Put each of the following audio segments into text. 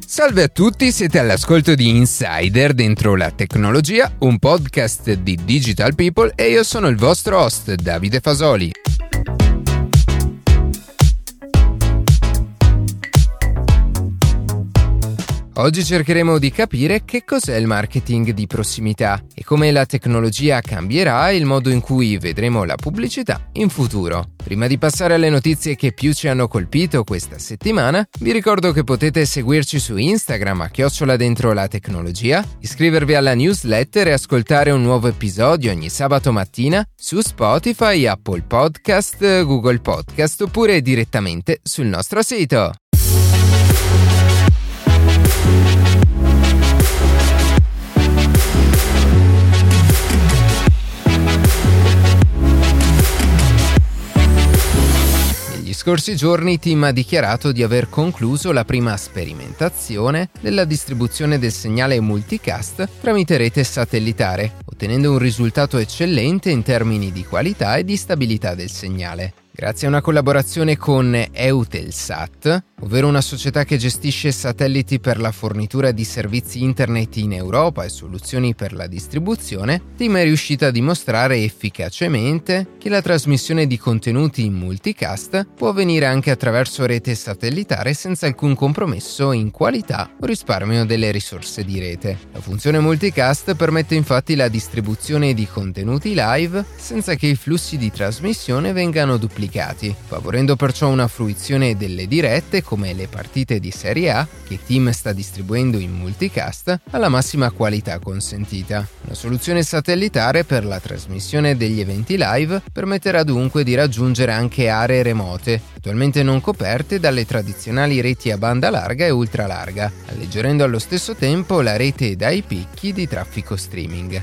Salve a tutti, siete all'ascolto di Insider dentro la tecnologia, un podcast di Digital People e io sono il vostro host Davide Fasoli. Oggi cercheremo di capire che cos'è il marketing di prossimità e come la tecnologia cambierà il modo in cui vedremo la pubblicità in futuro. Prima di passare alle notizie che più ci hanno colpito questa settimana, vi ricordo che potete seguirci su Instagram @dentrolatecnologia, iscrivervi alla newsletter e ascoltare un nuovo episodio ogni sabato mattina su Spotify, Apple Podcast, Google Podcast oppure direttamente sul nostro sito. Scorsi giorni Tim ha dichiarato di aver concluso la prima sperimentazione della distribuzione del segnale multicast tramite rete satellitare, ottenendo un risultato eccellente in termini di qualità e di stabilità del segnale. Grazie a una collaborazione con Eutelsat, ovvero una società che gestisce satelliti per la fornitura di servizi internet in Europa e soluzioni per la distribuzione, Tim è riuscita a dimostrare efficacemente che la trasmissione di contenuti in multicast può avvenire anche attraverso rete satellitare senza alcun compromesso in qualità o risparmio delle risorse di rete. La funzione multicast permette infatti la distribuzione di contenuti live senza che i flussi di trasmissione vengano duplicati, favorendo perciò una fruizione delle dirette come le partite di Serie A che Tim sta distribuendo in multicast alla massima qualità consentita. Una soluzione satellitare per la trasmissione degli eventi live permetterà dunque di raggiungere anche aree remote, attualmente non coperte dalle tradizionali reti a banda larga e ultralarga, alleggerendo allo stesso tempo la rete dai picchi di traffico streaming.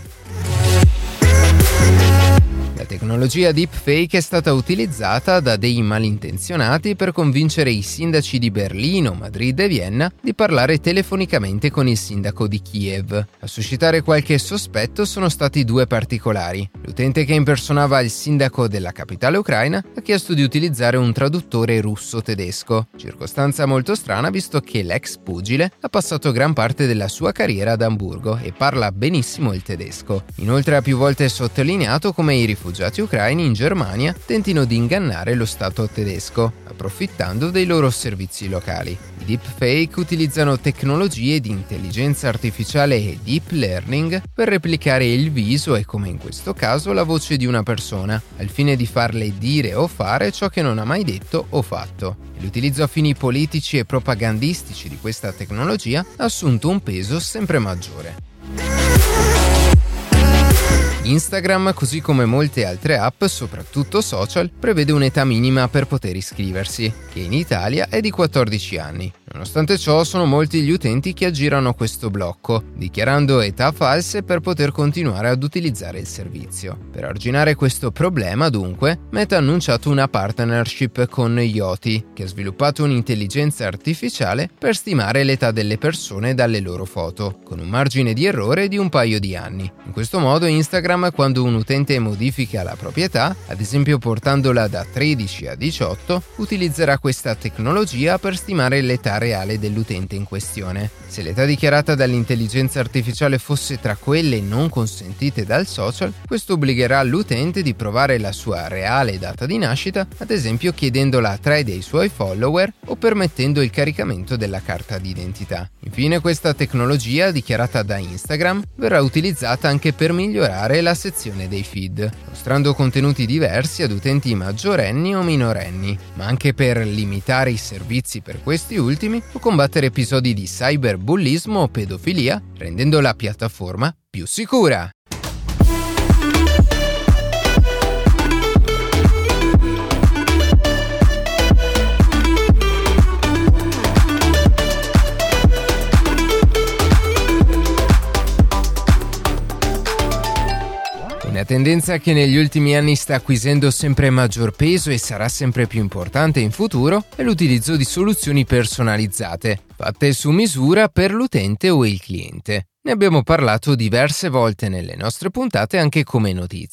La tecnologia deepfake è stata utilizzata da dei malintenzionati per convincere i sindaci di Berlino, Madrid e Vienna di parlare telefonicamente con il sindaco di Kiev. A suscitare qualche sospetto sono stati due particolari. L'utente che impersonava il sindaco della capitale ucraina ha chiesto di utilizzare un traduttore russo-tedesco, circostanza molto strana visto che l'ex pugile ha passato gran parte della sua carriera ad Amburgo e parla benissimo il tedesco. Inoltre ha più volte sottolineato come i rifugiati ucraini in Germania tentino di ingannare lo Stato tedesco, approfittando dei loro servizi locali. I deepfake utilizzano tecnologie di intelligenza artificiale e deep learning per replicare il viso e, come in questo caso, la voce di una persona, al fine di farle dire o fare ciò che non ha mai detto o fatto. L'utilizzo a fini politici e propagandistici di questa tecnologia ha assunto un peso sempre maggiore. Instagram, così come molte altre app, soprattutto social, prevede un'età minima per poter iscriversi, che in Italia è di 14 anni. Nonostante ciò, sono molti gli utenti che aggirano questo blocco, dichiarando età false per poter continuare ad utilizzare il servizio. Per arginare questo problema, dunque, Meta ha annunciato una partnership con Yoti, che ha sviluppato un'intelligenza artificiale per stimare l'età delle persone dalle loro foto, con un margine di errore di un paio di anni. In questo modo Instagram, quando un utente modifica la propria età, ad esempio portandola da 13 a 18, utilizzerà questa tecnologia per stimare l'età reale dell'utente in questione. Se l'età dichiarata dall'intelligenza artificiale fosse tra quelle non consentite dal social, questo obbligherà l'utente di provare la sua reale data di nascita, ad esempio chiedendola a 3 dei suoi follower o permettendo il caricamento della carta d'identità. Infine, questa tecnologia, dichiarata da Instagram, verrà utilizzata anche per migliorare la sezione dei feed, mostrando contenuti diversi ad utenti maggiorenni o minorenni, ma anche per limitare i servizi per questi ultimi o combattere episodi di cyberbullismo o pedofilia, rendendo la piattaforma più sicura. Una tendenza che negli ultimi anni sta acquisendo sempre maggior peso e sarà sempre più importante in futuro è l'utilizzo di soluzioni personalizzate, fatte su misura per l'utente o il cliente. Ne abbiamo parlato diverse volte nelle nostre puntate anche come notizie.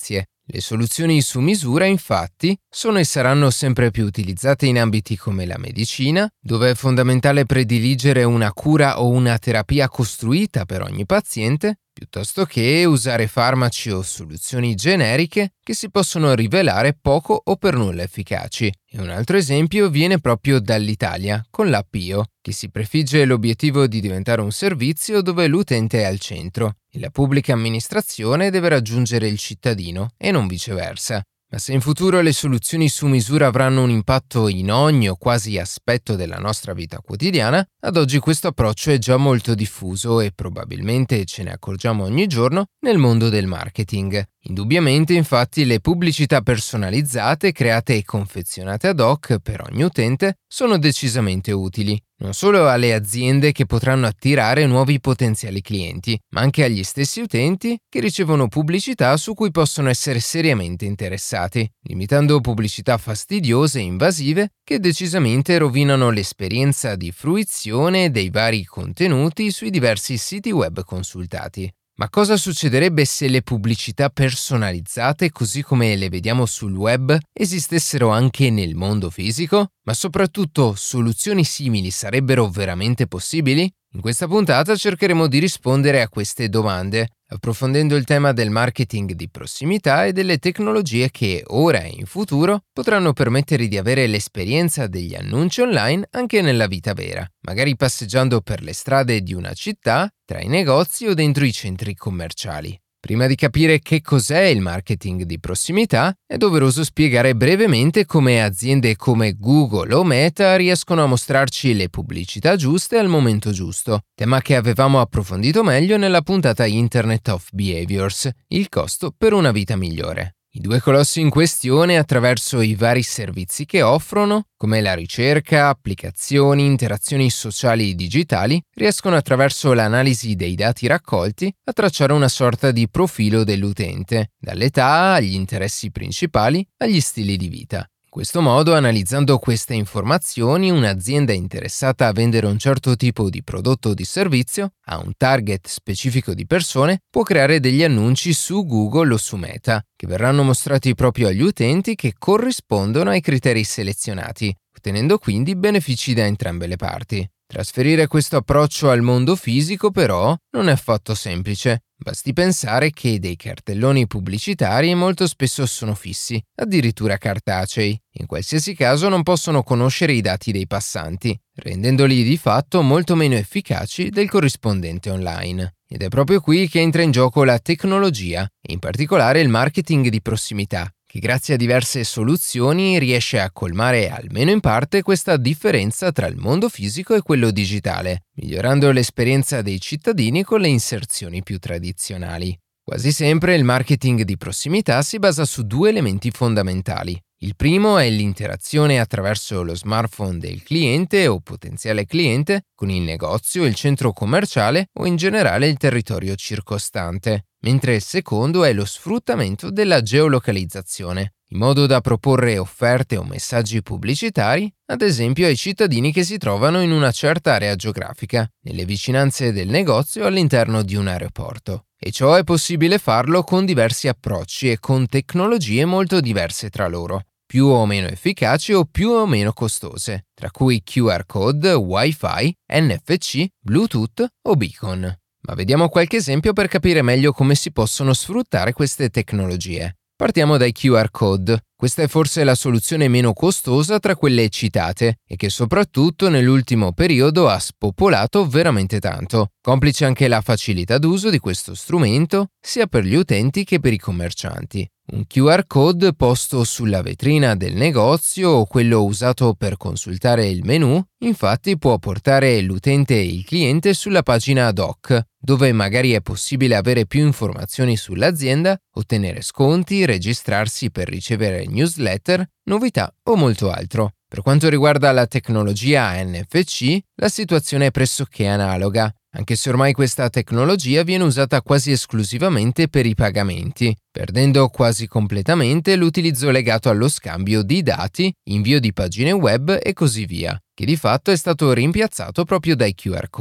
Le soluzioni su misura, infatti, sono e saranno sempre più utilizzate in ambiti come la medicina, dove è fondamentale prediligere una cura o una terapia costruita per ogni paziente, piuttosto che usare farmaci o soluzioni generiche che si possono rivelare poco o per nulla efficaci. E un altro esempio viene proprio dall'Italia, con l'app Io, che si prefigge l'obiettivo di diventare un servizio dove l'utente è al centro e la pubblica amministrazione deve raggiungere il cittadino e non viceversa. Ma se in futuro le soluzioni su misura avranno un impatto in ogni o quasi aspetto della nostra vita quotidiana, ad oggi questo approccio è già molto diffuso e probabilmente ce ne accorgiamo ogni giorno nel mondo del marketing. Indubbiamente, infatti, le pubblicità personalizzate, create e confezionate ad hoc per ogni utente, sono decisamente utili, non solo alle aziende che potranno attirare nuovi potenziali clienti, ma anche agli stessi utenti che ricevono pubblicità su cui possono essere seriamente interessati, limitando pubblicità fastidiose e invasive che decisamente rovinano l'esperienza di fruizione dei vari contenuti sui diversi siti web consultati. Ma cosa succederebbe se le pubblicità personalizzate, così come le vediamo sul web, esistessero anche nel mondo fisico? Ma soprattutto, soluzioni simili sarebbero veramente possibili? In questa puntata cercheremo di rispondere a queste domande, approfondendo il tema del marketing di prossimità e delle tecnologie che, ora e in futuro, potranno permettere di avere l'esperienza degli annunci online anche nella vita vera, magari passeggiando per le strade di una città, tra i negozi o dentro i centri commerciali. Prima di capire che cos'è il marketing di prossimità, è doveroso spiegare brevemente come aziende come Google o Meta riescono a mostrarci le pubblicità giuste al momento giusto, tema che avevamo approfondito meglio nella puntata Internet of Behaviors, il costo per una vita migliore. I due colossi in questione, attraverso i vari servizi che offrono, come la ricerca, applicazioni, interazioni sociali digitali, riescono attraverso l'analisi dei dati raccolti a tracciare una sorta di profilo dell'utente, dall'età agli interessi principali agli stili di vita. In questo modo, analizzando queste informazioni, un'azienda interessata a vendere un certo tipo di prodotto o di servizio a un target specifico di persone può creare degli annunci su Google o su Meta, che verranno mostrati proprio agli utenti che corrispondono ai criteri selezionati, ottenendo quindi benefici da entrambe le parti. Trasferire questo approccio al mondo fisico, però, non è affatto semplice. Basti pensare che dei cartelloni pubblicitari molto spesso sono fissi, addirittura cartacei. In qualsiasi caso non possono conoscere i dati dei passanti, rendendoli di fatto molto meno efficaci del corrispondente online. Ed è proprio qui che entra in gioco la tecnologia, e in particolare il marketing di prossimità, che grazie a diverse soluzioni riesce a colmare almeno in parte questa differenza tra il mondo fisico e quello digitale, migliorando l'esperienza dei cittadini con le inserzioni più tradizionali. Quasi sempre il marketing di prossimità si basa su due elementi fondamentali. Il primo è l'interazione attraverso lo smartphone del cliente o potenziale cliente con il negozio, il centro commerciale o in generale il territorio circostante, mentre il secondo è lo sfruttamento della geolocalizzazione, in modo da proporre offerte o messaggi pubblicitari, ad esempio ai cittadini che si trovano in una certa area geografica, nelle vicinanze del negozio all'interno di un aeroporto. E ciò è possibile farlo con diversi approcci e con tecnologie molto diverse tra loro, più o meno efficaci o più o meno costose, tra cui QR code, Wi-Fi, NFC, Bluetooth o beacon. Ma vediamo qualche esempio per capire meglio come si possono sfruttare queste tecnologie. Partiamo dai QR code. Questa è forse la soluzione meno costosa tra quelle citate e che soprattutto nell'ultimo periodo ha spopolato veramente tanto, complice anche la facilità d'uso di questo strumento sia per gli utenti che per i commercianti. Un QR code posto sulla vetrina del negozio o quello usato per consultare il menu, infatti può portare l'utente e il cliente sulla pagina ad hoc, dove magari è possibile avere più informazioni sull'azienda, ottenere sconti, registrarsi per ricevere newsletter, novità o molto altro. Per quanto riguarda la tecnologia NFC, la situazione è pressoché analoga, anche se ormai questa tecnologia viene usata quasi esclusivamente per i pagamenti, perdendo quasi completamente l'utilizzo legato allo scambio di dati, invio di pagine web e così via, che di fatto è stato rimpiazzato proprio dai QR code.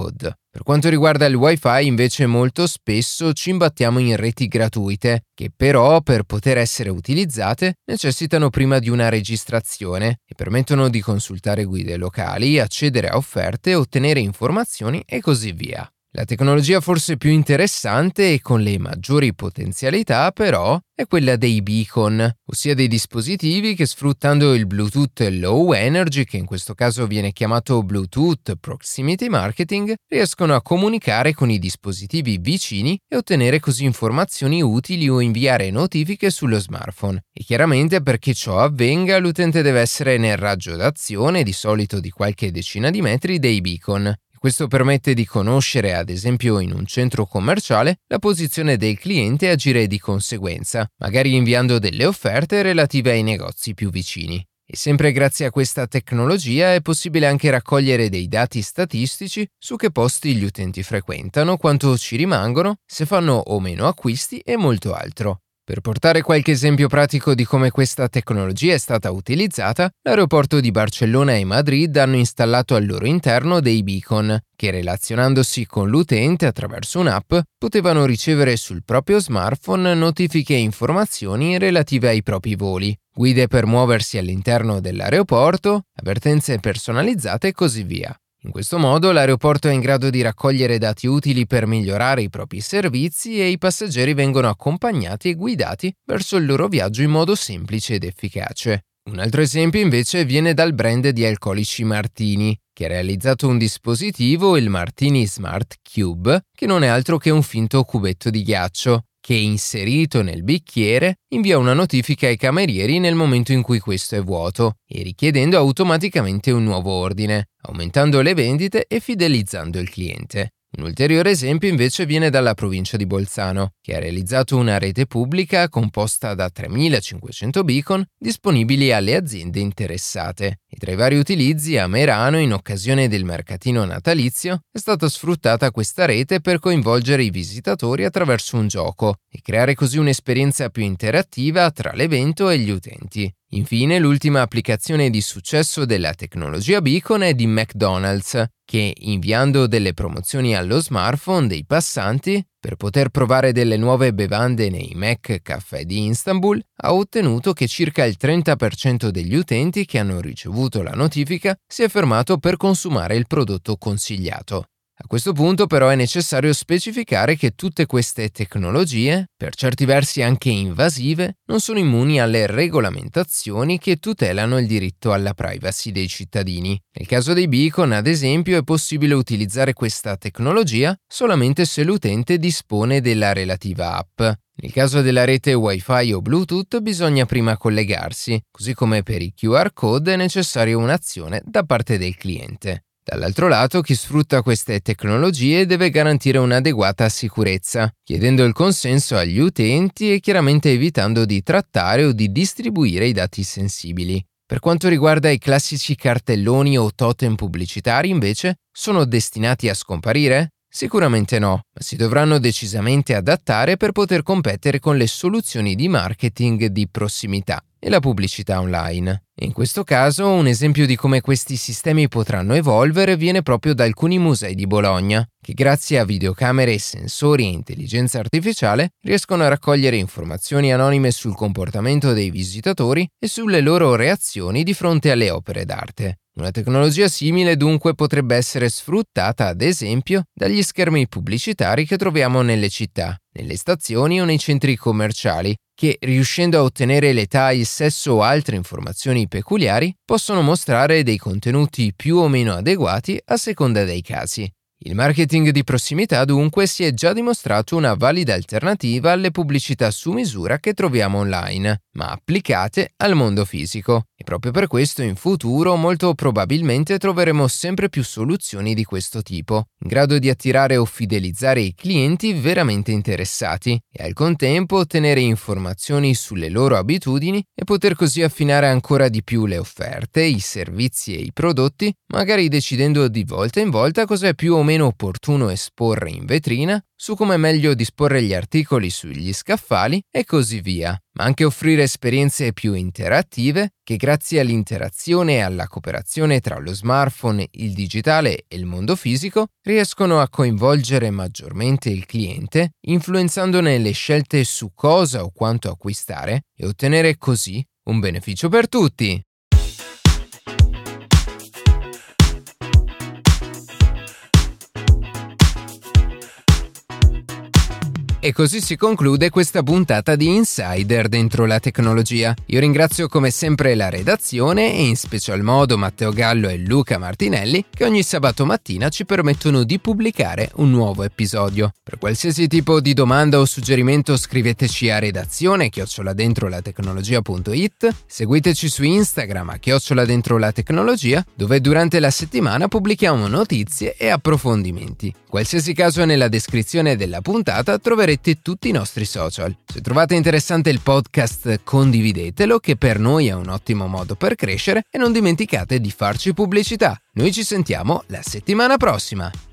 Per quanto riguarda il Wi-Fi, invece, molto spesso ci imbattiamo in reti gratuite, che però, per poter essere utilizzate, necessitano prima di una registrazione e permettono di consultare guide locali, accedere a offerte, ottenere informazioni e così via. La tecnologia forse più interessante e con le maggiori potenzialità, però, è quella dei beacon, ossia dei dispositivi che, sfruttando il Bluetooth Low Energy, che in questo caso viene chiamato Bluetooth Proximity Marketing, riescono a comunicare con i dispositivi vicini e ottenere così informazioni utili o inviare notifiche sullo smartphone. E chiaramente, perché ciò avvenga, l'utente deve essere nel raggio d'azione, di solito di qualche decina di metri, dei beacon. Questo permette di conoscere, ad esempio in un centro commerciale, la posizione del cliente e agire di conseguenza, magari inviando delle offerte relative ai negozi più vicini. E sempre grazie a questa tecnologia è possibile anche raccogliere dei dati statistici su che posti gli utenti frequentano, quanto ci rimangono, se fanno o meno acquisti e molto altro. Per portare qualche esempio pratico di come questa tecnologia è stata utilizzata, l'aeroporto di Barcellona e Madrid hanno installato al loro interno dei beacon, che relazionandosi con l'utente attraverso un'app potevano ricevere sul proprio smartphone notifiche e informazioni relative ai propri voli, guide per muoversi all'interno dell'aeroporto, avvertenze personalizzate e così via. In questo modo l'aeroporto è in grado di raccogliere dati utili per migliorare i propri servizi e i passeggeri vengono accompagnati e guidati verso il loro viaggio in modo semplice ed efficace. Un altro esempio invece viene dal brand di alcolici Martini, che ha realizzato un dispositivo, il Martini Smart Cube, che non è altro che un finto cubetto di ghiaccio, che inserito nel bicchiere invia una notifica ai camerieri nel momento in cui questo è vuoto e richiedendo automaticamente un nuovo ordine, aumentando le vendite e fidelizzando il cliente. Un ulteriore esempio invece viene dalla provincia di Bolzano, che ha realizzato una rete pubblica composta da 3.500 beacon disponibili alle aziende interessate. E tra i vari utilizzi, a Merano, in occasione del mercatino natalizio, è stata sfruttata questa rete per coinvolgere i visitatori attraverso un gioco e creare così un'esperienza più interattiva tra l'evento e gli utenti. Infine, l'ultima applicazione di successo della tecnologia beacon è di McDonald's, che, inviando delle promozioni allo smartphone dei passanti per poter provare delle nuove bevande nei Mac Caffè di Istanbul, ha ottenuto che circa il 30% degli utenti che hanno ricevuto la notifica si è fermato per consumare il prodotto consigliato. A questo punto però è necessario specificare che tutte queste tecnologie, per certi versi anche invasive, non sono immuni alle regolamentazioni che tutelano il diritto alla privacy dei cittadini. Nel caso dei beacon, ad esempio, è possibile utilizzare questa tecnologia solamente se l'utente dispone della relativa app. Nel caso della rete Wi-Fi o Bluetooth bisogna prima collegarsi, così come per i QR code è necessaria un'azione da parte del cliente. Dall'altro lato, chi sfrutta queste tecnologie deve garantire un'adeguata sicurezza, chiedendo il consenso agli utenti e chiaramente evitando di trattare o di distribuire i dati sensibili. Per quanto riguarda i classici cartelloni o totem pubblicitari, invece, sono destinati a scomparire? Sicuramente no, ma si dovranno decisamente adattare per poter competere con le soluzioni di marketing di prossimità e la pubblicità online. E in questo caso, un esempio di come questi sistemi potranno evolvere viene proprio da alcuni musei di Bologna, che grazie a videocamere, sensori e intelligenza artificiale riescono a raccogliere informazioni anonime sul comportamento dei visitatori e sulle loro reazioni di fronte alle opere d'arte. Una tecnologia simile dunque potrebbe essere sfruttata, ad esempio, dagli schermi pubblicitari che troviamo nelle città, nelle stazioni o nei centri commerciali, che, riuscendo a ottenere l'età, il sesso o altre informazioni peculiari, possono mostrare dei contenuti più o meno adeguati a seconda dei casi. Il marketing di prossimità dunque si è già dimostrato una valida alternativa alle pubblicità su misura che troviamo online, ma applicate al mondo fisico. E proprio per questo in futuro molto probabilmente troveremo sempre più soluzioni di questo tipo, in grado di attirare o fidelizzare i clienti veramente interessati e al contempo ottenere informazioni sulle loro abitudini e poter così affinare ancora di più le offerte, i servizi e i prodotti, magari decidendo di volta in volta cosa è più o meno meno opportuno esporre in vetrina, su come meglio disporre gli articoli sugli scaffali e così via, ma anche offrire esperienze più interattive che grazie all'interazione e alla cooperazione tra lo smartphone, il digitale e il mondo fisico riescono a coinvolgere maggiormente il cliente, influenzandone le scelte su cosa o quanto acquistare e ottenere così un beneficio per tutti. E così si conclude questa puntata di Insider dentro la tecnologia. Io ringrazio come sempre la redazione e in special modo Matteo Gallo e Luca Martinelli che ogni sabato mattina ci permettono di pubblicare un nuovo episodio. Per qualsiasi tipo di domanda o suggerimento scriveteci a redazione@dentrolatecnologia.it, seguiteci su Instagram @dentrolatecnologia, dove durante la settimana pubblichiamo notizie e approfondimenti. Qualsiasi caso nella descrizione della puntata troverete tutti i nostri social. Se trovate interessante il podcast, condividetelo, che per noi è un ottimo modo per crescere, e non dimenticate di farci pubblicità. Noi ci sentiamo la settimana prossima.